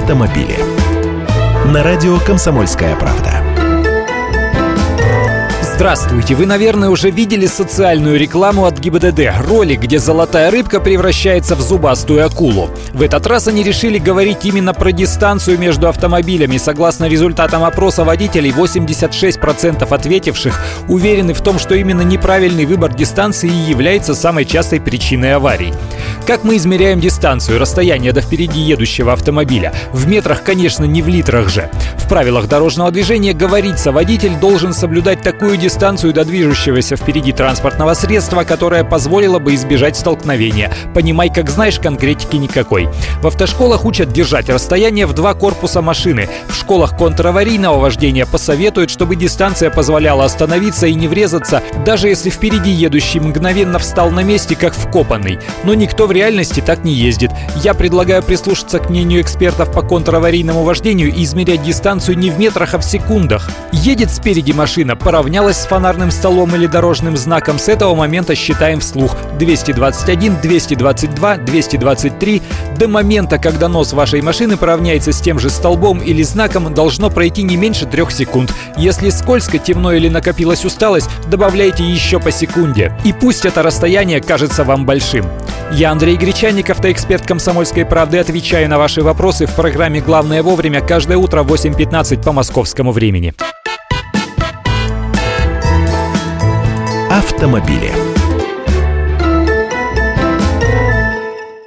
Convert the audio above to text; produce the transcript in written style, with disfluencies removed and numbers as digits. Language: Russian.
автомобили. На радио «Комсомольская правда». Здравствуйте! Вы, наверное, уже видели социальную рекламу от ГИБДД. Ролик, где золотая рыбка превращается в зубастую акулу. В этот раз они решили говорить именно про дистанцию между автомобилями. Согласно результатам опроса водителей, 86% ответивших уверены в том, что именно неправильный выбор дистанции и является самой частой причиной аварий. Как мы измеряем дистанцию, расстояние до впереди едущего автомобиля? В метрах, конечно, не в литрах же. В правилах дорожного движения говорится, водитель должен соблюдать такую дистанцию до движущегося впереди транспортного средства, которая позволила бы избежать столкновения. Понимай, как знаешь, конкретики никакой. В автошколах учат держать расстояние в 2 корпуса машины. В школах контраварийного вождения посоветуют, чтобы дистанция позволяла остановиться и не врезаться, даже если впереди едущий мгновенно встал на месте, как вкопанный. Но никто в реальности так не ездит. Я предлагаю прислушаться к мнению экспертов по контраварийному вождению и измерять дистанцию не в метрах, а в секундах. Едет спереди машина, поравнялась с фонарным столбом или дорожным знаком, с этого момента считаем вслух. 221, 222, 223. До момента, когда нос вашей машины поравняется с тем же столбом или знаком, должно пройти не меньше 3 секунд. Если скользко, темно или накопилась усталость, добавляйте еще по секунде. И пусть это расстояние кажется вам большим. Я Андрей Гречанник, автоэксперт «Комсомольской правды». Отвечаю на ваши вопросы в программе «Главное вовремя» каждое утро в 8:15 по московскому времени. Автомобили.